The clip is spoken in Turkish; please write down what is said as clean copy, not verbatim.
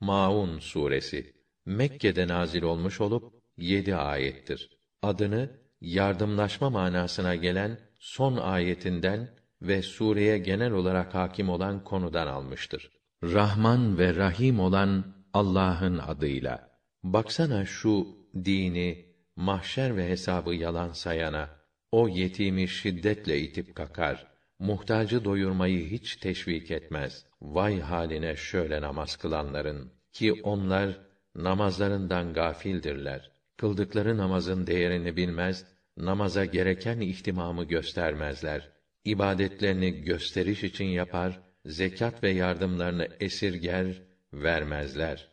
Maun suresi Mekke'de nazil olmuş olup 7 ayettir. Adını yardımlaşma manasına gelen son ayetinden ve sureye genel olarak hakim olan konudan almıştır. Rahman ve Rahim olan Allah'ın adıyla. Baksana şu dini, mahşer ve hesabı yalan sayana, o yetimi şiddetle itip kakar, muhtacı doyurmayı hiç teşvik etmez. Vay haline şöyle namaz kılanların, ki onlar namazlarından gafildirler. Kıldıkları namazın değerini bilmez, namaza gereken ihtimamı göstermezler. İbadetlerini gösteriş için yapar, zekat ve yardımlarını esirger, vermezler.